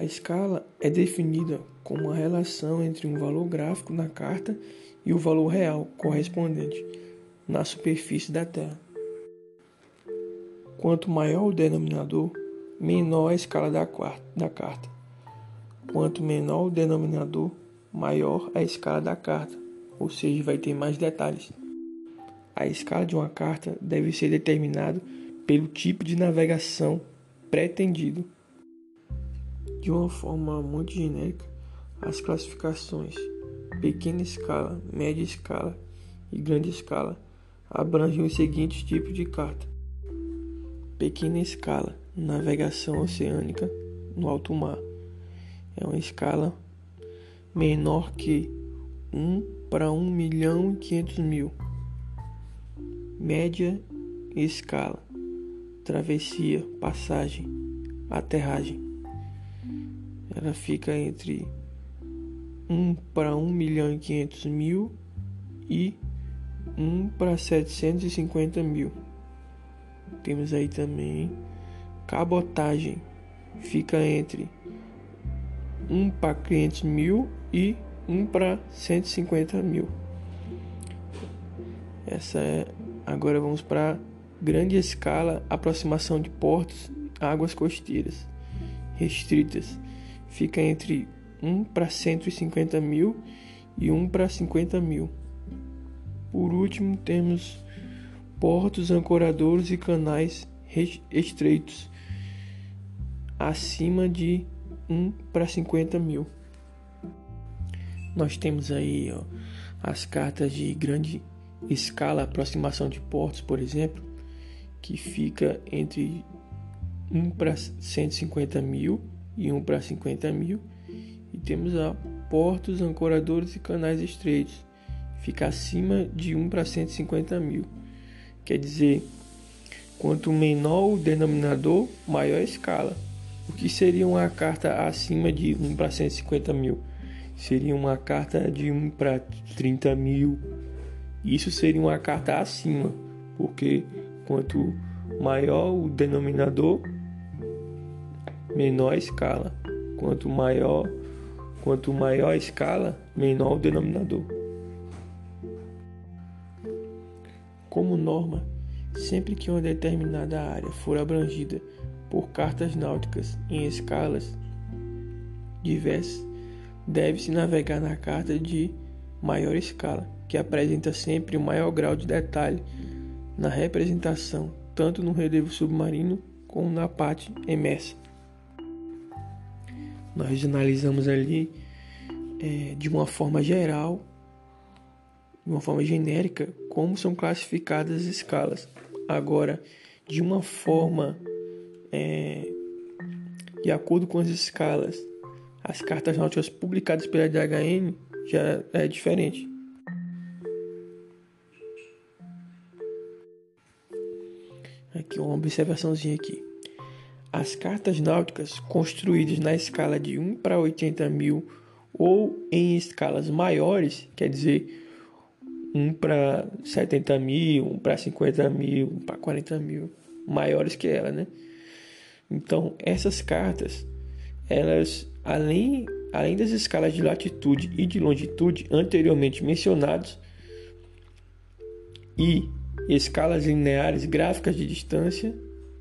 escala é definida como uma relação entre um valor gráfico na carta e o valor real correspondente na superfície da Terra. Quanto maior o denominador, menor a escala da carta. Quanto menor o denominador, maior a escala da carta, ou seja, vai ter mais detalhes. A escala de uma carta deve ser determinada pelo tipo de navegação pretendido. De uma forma muito genérica, as classificações pequena escala, média escala e grande escala abrangem os seguintes tipos de carta. Pequena escala, navegação oceânica no alto mar. É uma escala menor que 1 para 1.500.000. Média escala, travessia, passagem, aterragem. Ela fica entre 1 para 1.500.000 e 1 para 750.000. Temos aí também cabotagem, fica entre 1 para 500.000 e 1 para 150.000. Agora vamos para grande escala, aproximação de portos, águas costeiras restritas, fica entre 1 para 150.000 e 1 para 50.000. Por último, temos portos, ancoradouros e canais estreitos, acima de 1 para 50.000. Nós temos aí as cartas de grande escala, aproximação de portos, por exemplo, que fica entre 1 para 150.000 e 1 para 50.000. E temos portos, ancoradouros e canais estreitos, fica acima de 1 para 150.000. Quer dizer, quanto menor o denominador, maior a escala. O que seria uma carta acima de 1 para 150.000? Seria uma carta de 1 para 30.000. Isso seria uma carta acima, porque quanto maior o denominador, menor a escala. Quanto maior a escala, menor o denominador. Como norma, sempre que uma determinada área for abrangida por cartas náuticas em escalas diversas, deve-se navegar na carta de maior escala, que apresenta sempre o maior grau de detalhe na representação, tanto no relevo submarino como na parte imersa. Nós analisamos ali de uma forma geral, de uma forma genérica, como são classificadas as escalas. Agora, de uma forma de acordo com as escalas, as cartas náuticas publicadas pela DHN já é diferente. Aqui uma observaçãozinha aqui. As cartas náuticas construídas na escala de 1 para 80.000 ou em escalas maiores, quer dizer, 1 para 70.000, 1 para 50.000, 1 para 40.000, maiores que ela, né? Então, essas cartas, elas, além das escalas de latitude e de longitude anteriormente mencionadas, e escalas lineares gráficas de distância.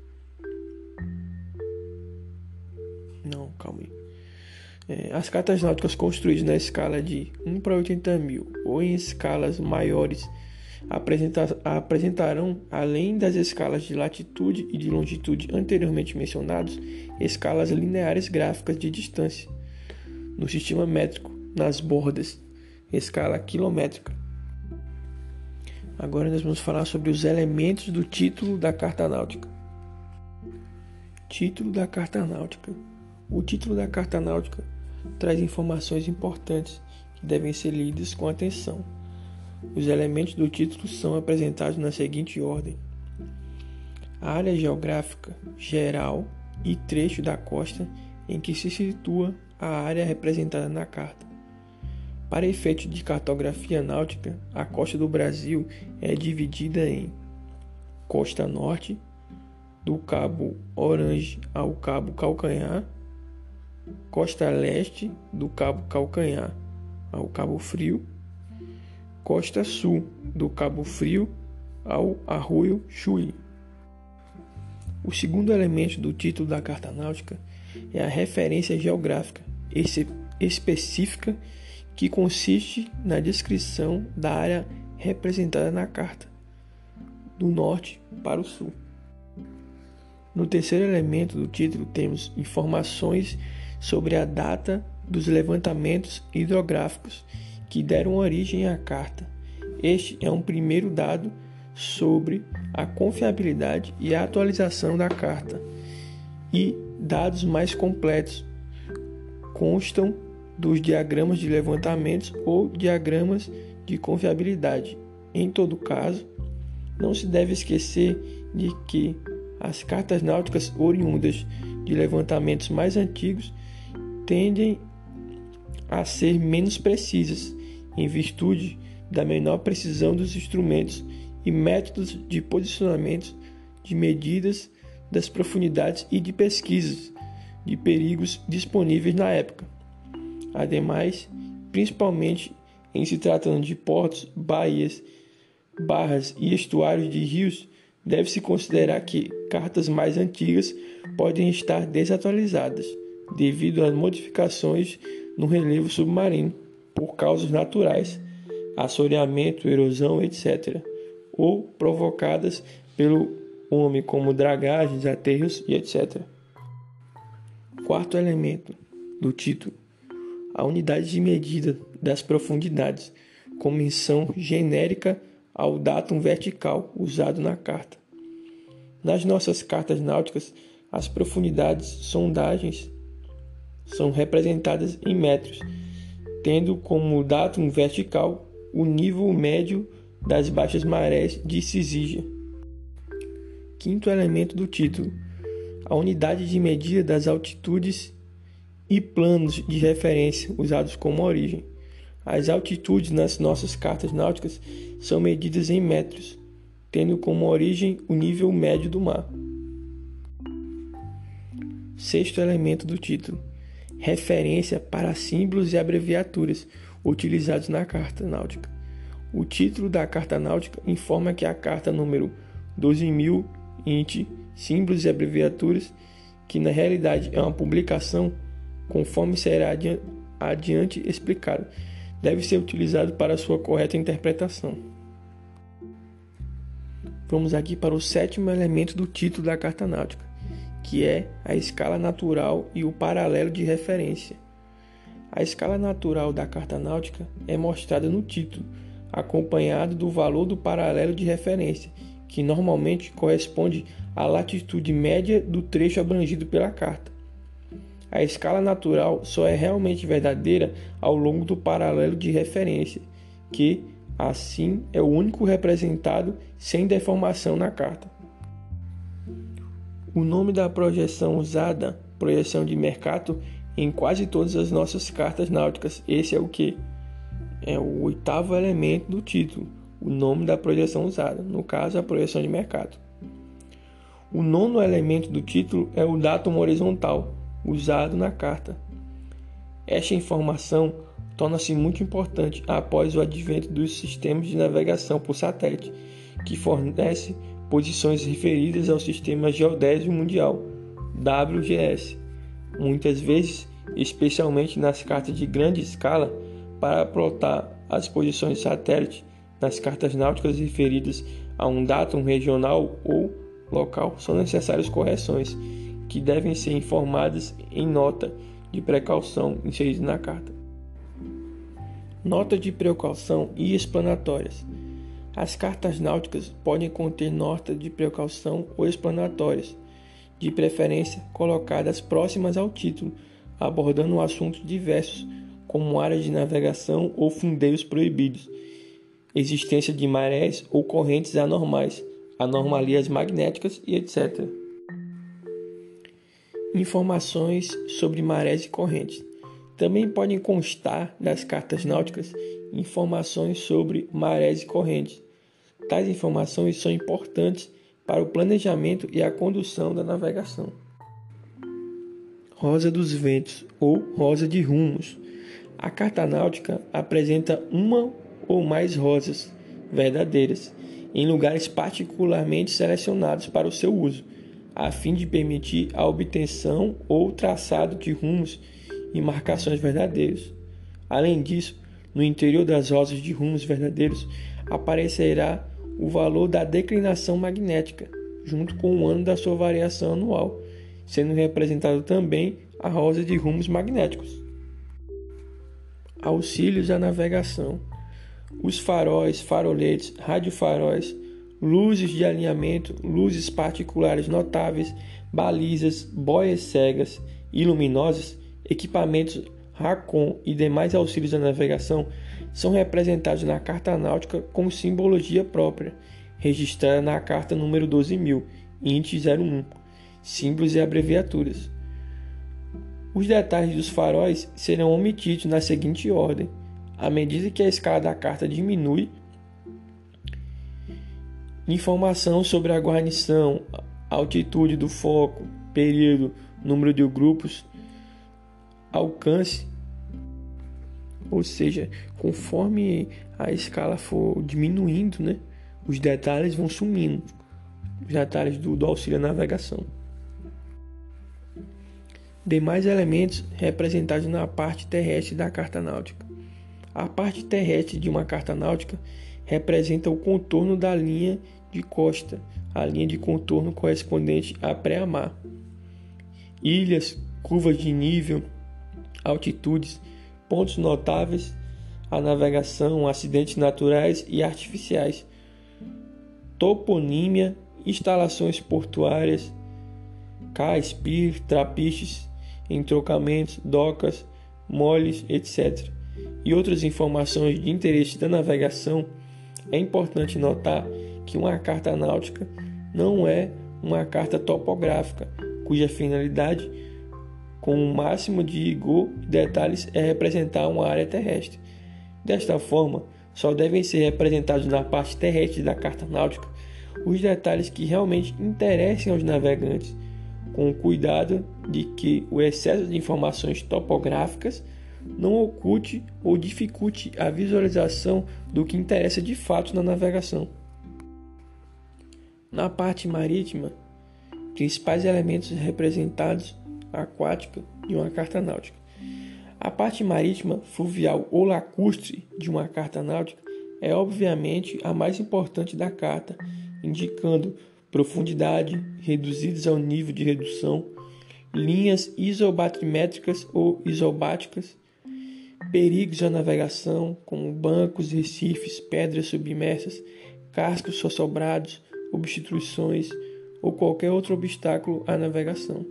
As cartas náuticas construídas na escala de 1 para 80.000 ou em escalas maiores apresentarão, além das escalas de latitude e de longitude anteriormente mencionados, escalas lineares gráficas de distância no sistema métrico, nas bordas, escala quilométrica. Agora nós vamos falar sobre os elementos do título da carta náutica. Título da carta náutica. O título da carta náutica traz informações importantes que devem ser lidas com atenção. Os elementos do título são apresentados na seguinte ordem: a área geográfica geral e trecho da costa em que se situa a área representada na carta. Para efeitos de cartografia náutica, a costa do Brasil é dividida em costa norte, do Cabo Orange ao Cabo Calcanhar, costa leste do Cabo Calcanhar ao Cabo Frio, costa sul do Cabo Frio ao Arroio Chuí. O segundo elemento do título da carta náutica é a referência geográfica específica, que consiste na descrição da área representada na carta, do norte para o sul. No terceiro elemento do título temos informações sobre a data dos levantamentos hidrográficos que deram origem à carta. Este é um primeiro dado sobre a confiabilidade e a atualização da carta, e dados mais completos constam dos diagramas de levantamentos ou diagramas de confiabilidade. Em todo caso, não se deve esquecer de que as cartas náuticas oriundas de levantamentos mais antigos tendem a ser menos precisas, em virtude da menor precisão dos instrumentos e métodos de posicionamento, de medidas das profundidades e de pesquisas de perigos disponíveis na época. Ademais, principalmente em se tratando de portos, baías, barras e estuários de rios, deve-se considerar que cartas mais antigas podem estar desatualizadas devido às modificações no relevo submarino por causas naturais, assoreamento, erosão, etc., ou provocadas pelo homem, como dragagens, aterros e etc. Quarto elemento do título: a unidade de medida das profundidades, com menção genérica ao datum vertical usado na carta. Nas nossas cartas náuticas, as profundidades sondagens são representadas em metros, tendo como datum vertical o nível médio das baixas marés de Cisígia. Quinto elemento do título: a unidade de medida das altitudes e planos de referência usados como origem. As altitudes nas nossas cartas náuticas são medidas em metros, tendo como origem o nível médio do mar. Sexto elemento do título: referência para símbolos e abreviaturas utilizados na carta náutica. O título da carta náutica informa que a carta número 12.000 int. Símbolos e abreviaturas, que na realidade é uma publicação, conforme será adiante explicado, deve ser utilizado para sua correta interpretação. Vamos aqui para o sétimo elemento do título da carta náutica, que é a escala natural e o paralelo de referência. A escala natural da carta náutica é mostrada no título, acompanhado do valor do paralelo de referência, que normalmente corresponde à latitude média do trecho abrangido pela carta. A escala natural só é realmente verdadeira ao longo do paralelo de referência, que, assim, é o único representado sem deformação na carta. O nome da projeção usada, projeção de Mercator, em quase todas as nossas cartas náuticas. Esse é o que? É o oitavo elemento do título, o nome da projeção usada, no caso a projeção de Mercator. O nono elemento do título é o datum horizontal, usado na carta. Esta informação torna-se muito importante após o advento dos sistemas de navegação por satélite, que fornece posições referidas ao Sistema Geodésico Mundial, WGS, muitas vezes, especialmente nas cartas de grande escala, para plotar as posições de satélite nas cartas náuticas referidas a um datum regional ou local, são necessárias correções, que devem ser informadas em nota de precaução inserida na carta. Nota de precaução e explanatórias. As cartas náuticas podem conter notas de precaução ou explanatórias, de preferência colocadas próximas ao título, abordando assuntos diversos, como áreas de navegação ou fundeiros proibidos, existência de marés ou correntes anormais, anomalias magnéticas e etc. Informações sobre marés e correntes. Também podem constar das cartas náuticas informações sobre marés e correntes. Tais informações são importantes para o planejamento e a condução da navegação. rosa dos ventos ou rosa de rumos. A carta náutica apresenta uma ou mais rosas verdadeiras em lugares particularmente selecionados para o seu uso, a fim de permitir a obtenção ou traçado de rumos e marcações verdadeiros. Além disso, no interior das rosas de rumos verdadeiros aparecerá o valor da declinação magnética, junto com o ano da sua variação anual, sendo representado também a rosa de rumos magnéticos. Auxílios à navegação. Os faróis, faroletes, radiofaróis, luzes de alinhamento, luzes particulares notáveis, balizas, boias cegas e luminosas, equipamentos Racon e demais auxílios da navegação são representados na carta náutica com simbologia própria, registrada na carta número 12.000, INT 01, símbolos e abreviaturas. Os detalhes dos faróis serão omitidos na seguinte ordem: à medida que a escala da carta diminui, informação sobre a guarnição, altitude do foco, período, número de grupos, alcance, ou seja, conforme a escala for diminuindo, os detalhes vão sumindo, os detalhes do auxílio à navegação. Demais elementos representados na parte terrestre da carta náutica. A parte terrestre de uma carta náutica representa o contorno da linha de costa, a linha de contorno correspondente à pré-mar. Ilhas, curvas de nível, altitudes, pontos notáveis, a navegação, acidentes naturais e artificiais, toponímia, instalações portuárias, cais, pier, trapiches, entrocamentos, docas, moles, etc. e outras informações de interesse da navegação. É importante notar que uma carta náutica não é uma carta topográfica, cuja finalidade, com o máximo de rigor e detalhes, é representar uma área terrestre. Desta forma, só devem ser representados na parte terrestre da carta náutica os detalhes que realmente interessem aos navegantes, com o cuidado de que o excesso de informações topográficas não oculte ou dificulte a visualização do que interessa de fato na navegação. Na parte marítima, principais elementos representados aquática de uma carta náutica. A parte marítima, fluvial ou lacustre de uma carta náutica é obviamente a mais importante da carta, indicando profundidade reduzidas ao nível de redução, linhas isobatimétricas ou isobáticas, perigos à navegação, como bancos, recifes, pedras submersas, cascos sossobrados, obstruções ou qualquer outro obstáculo à navegação.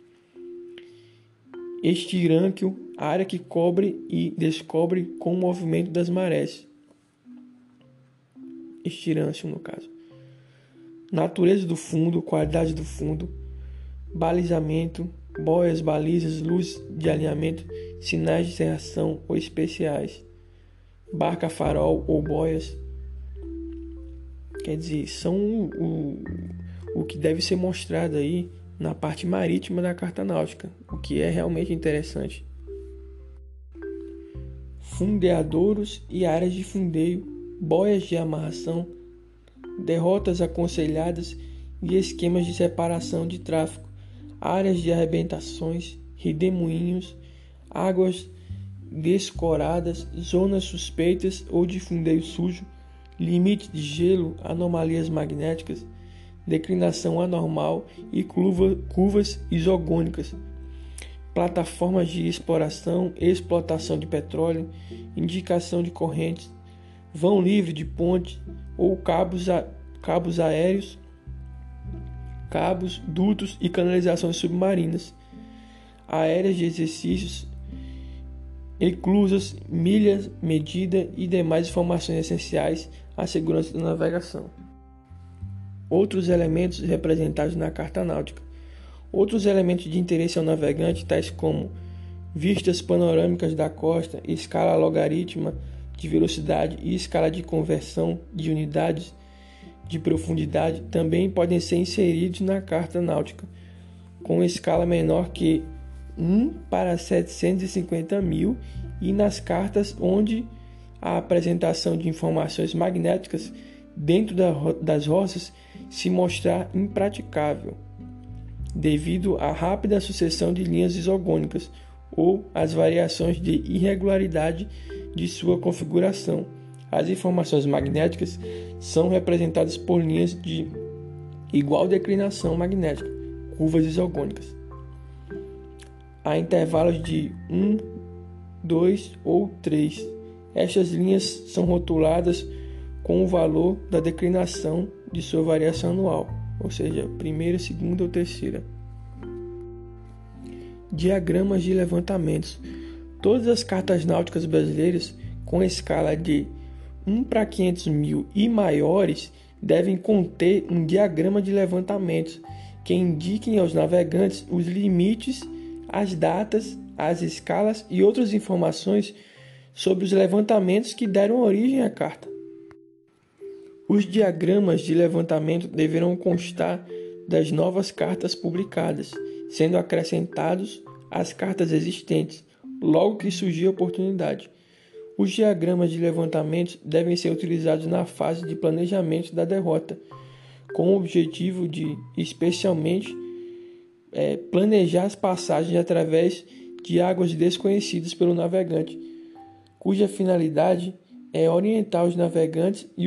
Estirâncqueo, área que cobre e descobre com o movimento das marés. Estirâncqueo, no caso. Natureza do fundo, qualidade do fundo, balizamento, boias, balizas, luz de alinhamento, sinais de reação ou especiais, barca, farol ou boias. Quer dizer, são o que deve ser mostrado aí na parte marítima da carta náutica, o que é realmente interessante. Fundeadouros e áreas de fundeio, boias de amarração, derrotas aconselhadas e esquemas de separação de tráfego, áreas de arrebentações, redemoinhos, águas descoradas, zonas suspeitas ou de fundeio sujo, limite de gelo, anomalias magnéticas, declinação anormal e curvas isogônicas, plataformas de exploração e explotação de petróleo, indicação de correntes, vão livre de ponte ou cabos aéreos, cabos, dutos e canalizações submarinas, aéreas de exercícios, eclusas, milhas, medida e demais informações essenciais à segurança da navegação. Outros elementos representados na carta náutica. Outros elementos de interesse ao navegante, tais como vistas panorâmicas da costa, escala logarítmica de velocidade e escala de conversão de unidades de profundidade, também podem ser inseridos na carta náutica, com escala menor que 1 para 750 mil, e nas cartas onde a apresentação de informações magnéticas dentro das roças se mostrar impraticável, devido à rápida sucessão de linhas isogônicas ou às variações de irregularidade de sua configuração. As informações magnéticas são representadas por linhas de igual declinação magnética, curvas isogônicas, a intervalos de 1, 2 ou 3. Estas linhas são rotuladas com o valor da declinação de sua variação anual, ou seja, primeira, segunda ou terceira. Diagramas de levantamentos. Todas as cartas náuticas brasileiras com escala de 1 para 500 mil e maiores devem conter um diagrama de levantamentos que indiquem aos navegantes os limites, as datas, as escalas e outras informações sobre os levantamentos que deram origem à carta. Os diagramas de levantamento deverão constar das novas cartas publicadas, sendo acrescentados às cartas existentes, logo que surgir a oportunidade. Os diagramas de levantamento devem ser utilizados na fase de planejamento da derrota, com o objetivo de, especialmente, planejar as passagens através de águas desconhecidas pelo navegante, cuja finalidade é orientar os navegantes e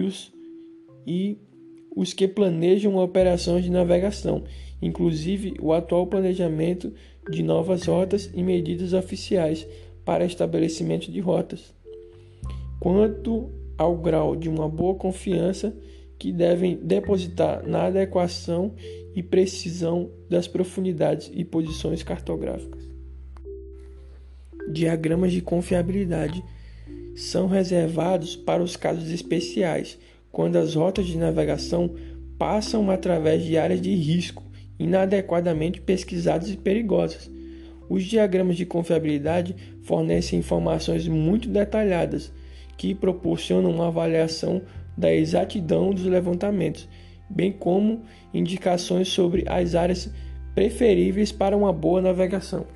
os que planejam operações de navegação, inclusive o atual planejamento de novas rotas e medidas oficiais para estabelecimento de rotas. Quanto ao grau de uma boa confiança que devem depositar na adequação e precisão das profundidades e posições cartográficas. Diagramas de confiabilidade são reservados para os casos especiais, quando as rotas de navegação passam através de áreas de risco inadequadamente pesquisadas e perigosas. Os diagramas de confiabilidade fornecem informações muito detalhadas que proporcionam uma avaliação da exatidão dos levantamentos, bem como indicações sobre as áreas preferíveis para uma boa navegação.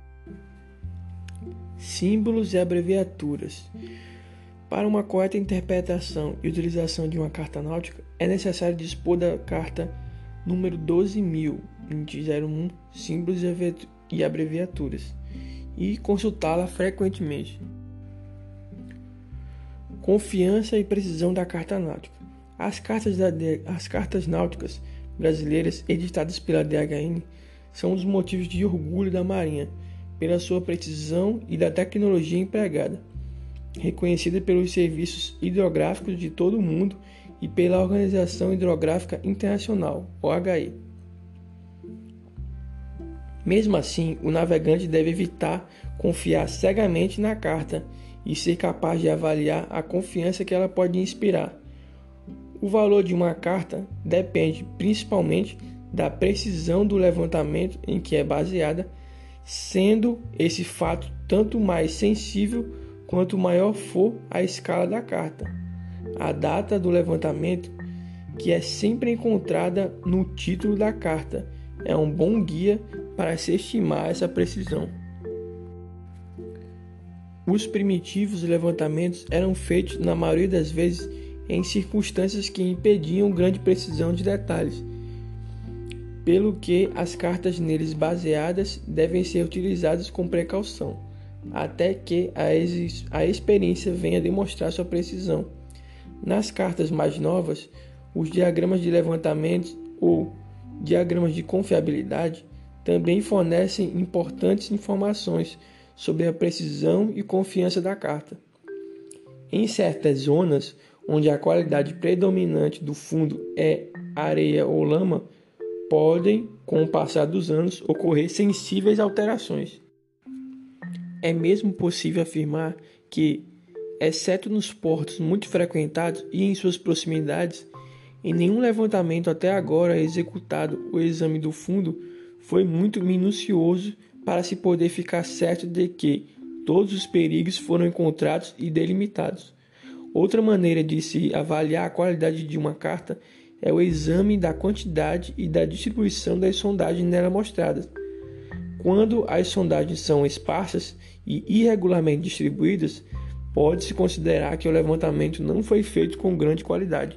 Símbolos e abreviaturas. Para uma correta interpretação e utilização de uma carta náutica, é necessário dispor da carta número 12.001, símbolos e abreviaturas, e consultá-la frequentemente. Confiança e precisão da carta náutica. As cartas náuticas brasileiras editadas pela DHN são um dos motivos de orgulho da Marinha, pela sua precisão e da tecnologia empregada, reconhecida pelos serviços hidrográficos de todo o mundo e pela Organização Hidrográfica Internacional, OHI. Mesmo assim, o navegante deve evitar confiar cegamente na carta e ser capaz de avaliar a confiança que ela pode inspirar. O valor de uma carta depende principalmente da precisão do levantamento em que é baseada, sendo esse fato tanto mais sensível quanto maior for a escala da carta. A data do levantamento, que é sempre encontrada no título da carta, é um bom guia para se estimar essa precisão. Os primitivos levantamentos eram feitos, na maioria das vezes, em circunstâncias que impediam grande precisão de detalhes, pelo que as cartas neles baseadas devem ser utilizadas com precaução, até que a experiência venha demonstrar sua precisão. Nas cartas mais novas, os diagramas de levantamento ou diagramas de confiabilidade também fornecem importantes informações sobre a precisão e confiança da carta. Em certas zonas, onde a qualidade predominante do fundo é areia ou lama, podem, com o passar dos anos, ocorrer sensíveis alterações. É mesmo possível afirmar que, exceto nos portos muito frequentados e em suas proximidades, em nenhum levantamento até agora executado o exame do fundo foi muito minucioso para se poder ficar certo de que todos os perigos foram encontrados e delimitados. Outra maneira de se avaliar a qualidade de uma carta é o exame da quantidade e da distribuição das sondagens nela mostradas. Quando as sondagens são esparsas e irregularmente distribuídas, pode-se considerar que o levantamento não foi feito com grande qualidade.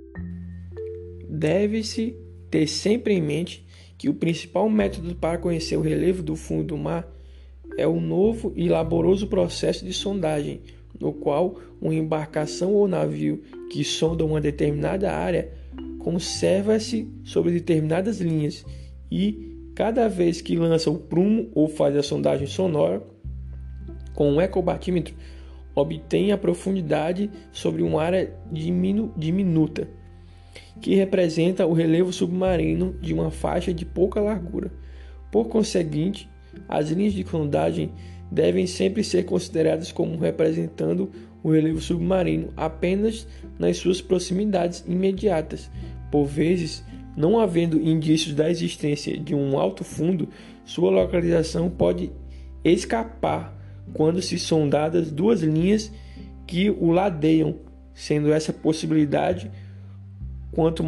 Deve-se ter sempre em mente que o principal método para conhecer o relevo do fundo do mar é o novo e laboroso processo de sondagem, no qual uma embarcação ou navio que sonda uma determinada área conserva-se sobre determinadas linhas e, cada vez que lança o prumo ou faz a sondagem sonora com um ecobatímetro, obtém a profundidade sobre uma área diminuta, que representa o relevo submarino de uma faixa de pouca largura. Por conseguinte, as linhas de sondagem devem sempre ser consideradas como representando o relevo submarino apenas nas suas proximidades imediatas. Por vezes, não havendo indícios da existência de um alto fundo, sua localização pode escapar quando se sondadas duas linhas que o ladeiam, sendo essa possibilidade quanto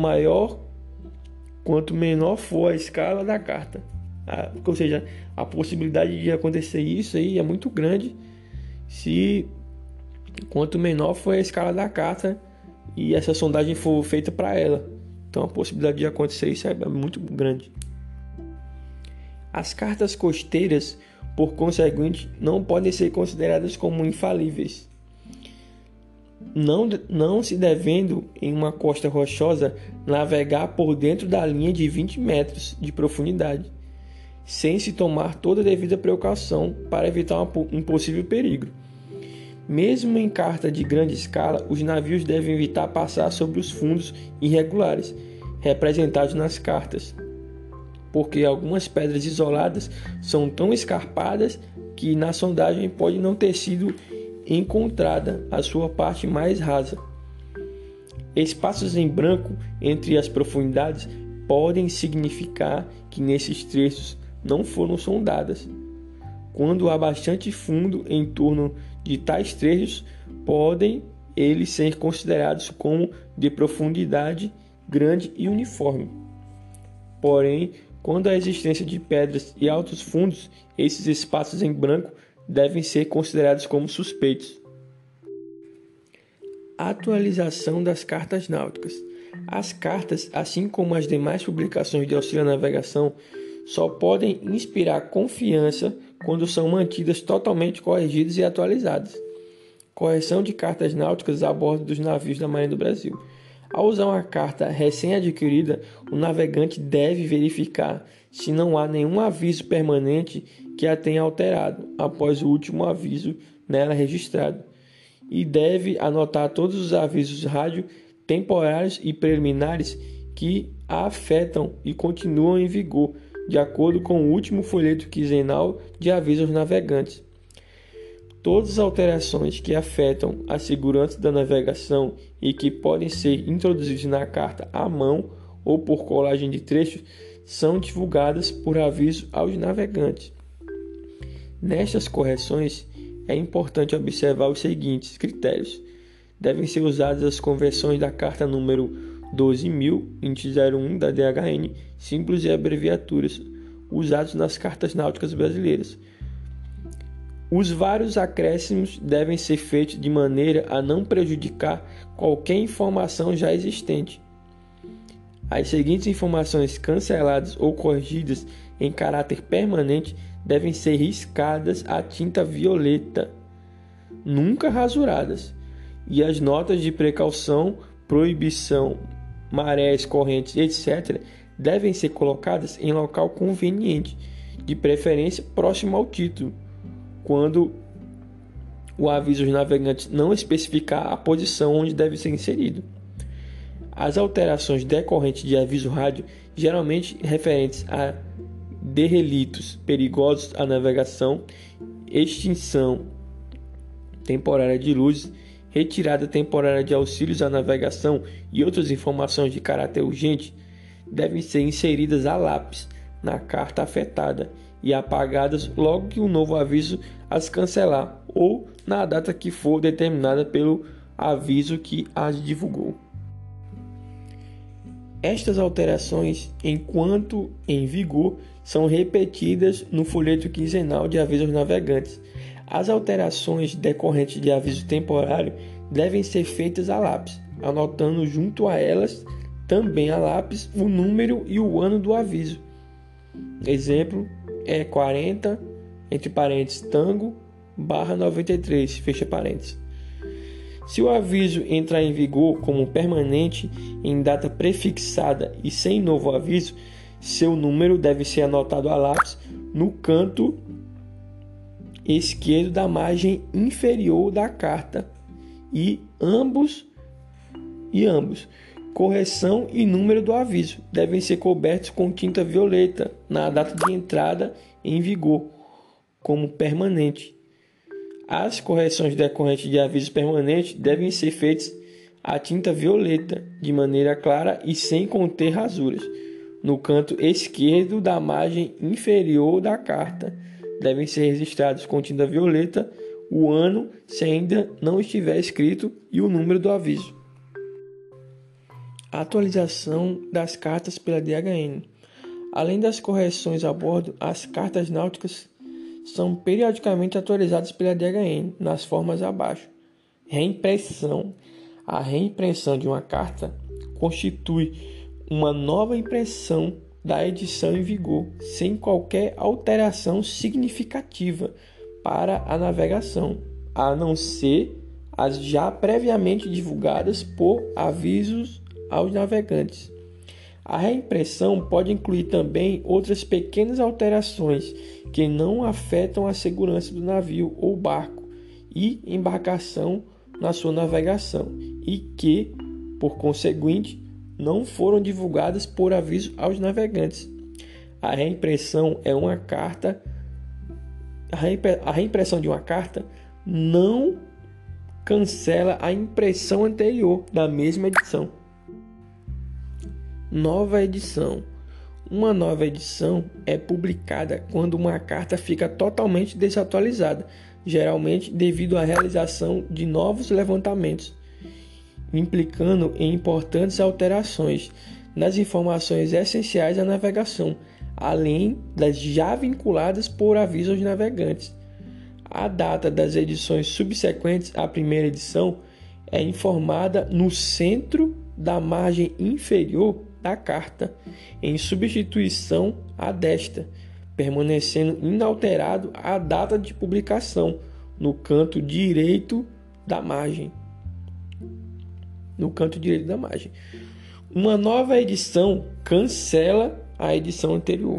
menor for a escala da carta. Ou seja, a possibilidade de acontecer isso aí é muito grande quanto menor for a escala da carta e essa sondagem for feita para ela. Então a possibilidade de acontecer isso é muito grande. As cartas costeiras, por conseguinte, não podem ser consideradas como infalíveis. Não se devendo, em uma costa rochosa, navegar por dentro da linha de 20 metros de profundidade, sem se tomar toda a devida precaução para evitar um possível perigo. Mesmo em carta de grande escala, os navios devem evitar passar sobre os fundos irregulares representados nas cartas, porque algumas pedras isoladas são tão escarpadas que na sondagem pode não ter sido encontrada a sua parte mais rasa. Espaços em branco entre as profundidades podem significar que nesses trechos não foram sondadas. Quando há bastante fundo em torno de tais trechos, podem eles ser considerados como de profundidade grande e uniforme. Porém, quando há existência de pedras e altos fundos, esses espaços em branco devem ser considerados como suspeitos. Atualização das cartas náuticas. As cartas, assim como as demais publicações de auxílio à navegação, só podem inspirar confiança quando são mantidas totalmente corrigidas e atualizadas. Correção de cartas náuticas a bordo dos navios da Marinha do Brasil. Ao usar uma carta recém-adquirida, o navegante deve verificar se não há nenhum aviso permanente que a tenha alterado após o último aviso nela registrado, e deve anotar todos os avisos rádio temporários e preliminares que a afetam e continuam em vigor, de acordo com o último folheto quinzenal de aviso aos navegantes. Todas as alterações que afetam a segurança da navegação e que podem ser introduzidas na carta à mão ou por colagem de trechos são divulgadas por aviso aos navegantes. Nestas correções, é importante observar os seguintes critérios. Devem ser usadas as conversões da carta número 12.2001 da DHN, símbolos e abreviaturas usados nas cartas náuticas brasileiras. Os vários acréscimos devem ser feitos de maneira a não prejudicar qualquer informação já existente. As seguintes informações canceladas ou corrigidas em caráter permanente devem ser riscadas a tinta violeta, nunca rasuradas, e as notas de precaução, proibição, marés, correntes, etc., devem ser colocadas em local conveniente, de preferência próximo ao título, quando o aviso aos navegantes não especificar a posição onde deve ser inserido. As alterações decorrentes de aviso rádio, geralmente referentes a derrelitos perigosos à navegação, extinção temporária de luzes, retirada temporária de auxílios à navegação e outras informações de caráter urgente, devem ser inseridas a lápis na carta afetada e apagadas logo que o novo aviso as cancelar ou na data que for determinada pelo aviso que as divulgou. Estas alterações, enquanto em vigor, são repetidas no folheto quinzenal de aviso aos navegantes. As alterações decorrentes de aviso temporário devem ser feitas a lápis, anotando junto a elas também a lápis o número e o ano do aviso. Exemplo é 40, entre parênteses, tango, /93, fecha parênteses. Se o aviso entrar em vigor como permanente em data prefixada e sem novo aviso, seu número deve ser anotado a lápis no canto esquerdo da margem inferior da carta e ambos correção e número do aviso devem ser cobertos com tinta violeta na data de entrada em vigor como permanente. As correções decorrentes de aviso permanente devem ser feitas a tinta violeta, de maneira clara e sem conter rasuras. No canto esquerdo da margem inferior da carta, devem ser registrados com tinta violeta o ano, se ainda não estiver escrito, e o número do aviso. A atualização das cartas pela DHN. Além das correções a bordo, as cartas náuticas são periodicamente atualizadas pela DHN nas formas abaixo. Reimpressão. A reimpressão de uma carta constitui uma nova impressão da edição em vigor, sem qualquer alteração significativa para a navegação, a não ser as já previamente divulgadas por avisos aos navegantes. A reimpressão pode incluir também outras pequenas alterações que não afetam a segurança do navio ou barco e embarcação na sua navegação e que, por conseguinte, não foram divulgadas por aviso aos navegantes. A reimpressão é uma carta. A reimpressão de uma carta não cancela a impressão anterior da mesma edição. Nova edição. Uma nova edição é publicada quando uma carta fica totalmente desatualizada, geralmente devido à realização de novos levantamentos, implicando em importantes alterações nas informações essenciais da navegação, além das já vinculadas por aviso aos navegantes. A data das edições subsequentes à primeira edição é informada no centro da margem inferior da carta, em substituição à desta, permanecendo inalterado a data de publicação no canto direito da margem. Uma nova edição cancela a edição anterior.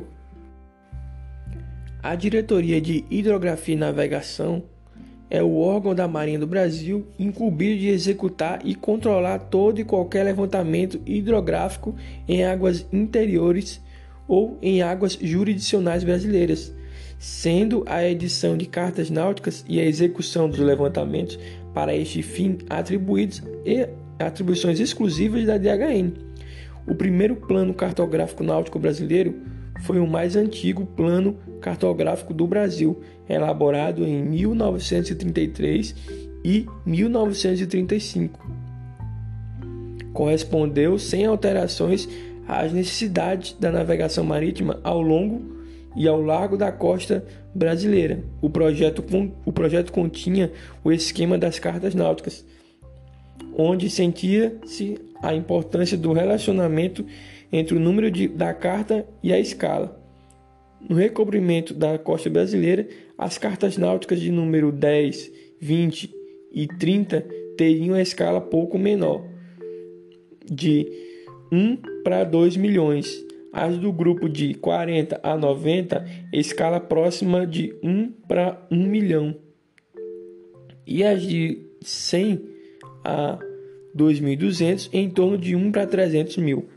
A Diretoria de Hidrografia e Navegação é o órgão da Marinha do Brasil incumbido de executar e controlar todo e qualquer levantamento hidrográfico em águas interiores ou em águas jurisdicionais brasileiras, sendo a edição de cartas náuticas e a execução dos levantamentos para este fim atribuições exclusivas da DHN. O primeiro plano cartográfico náutico brasileiro foi o mais antigo plano cartográfico do Brasil, elaborado em 1933 e 1935. Correspondeu sem alterações às necessidades da navegação marítima ao longo e ao largo da costa brasileira. O projeto continha o esquema das cartas náuticas, onde sentia-se a importância do relacionamento entre o número da carta e a escala. No recobrimento da costa brasileira, as cartas náuticas de número 10, 20 e 30 teriam a escala pouco menor, de 1 para 2 milhões. As do grupo de 40 a 90, escala próxima de 1 para 1 milhão. E as de 100 a 2.200, em torno de 1 para 300 mil.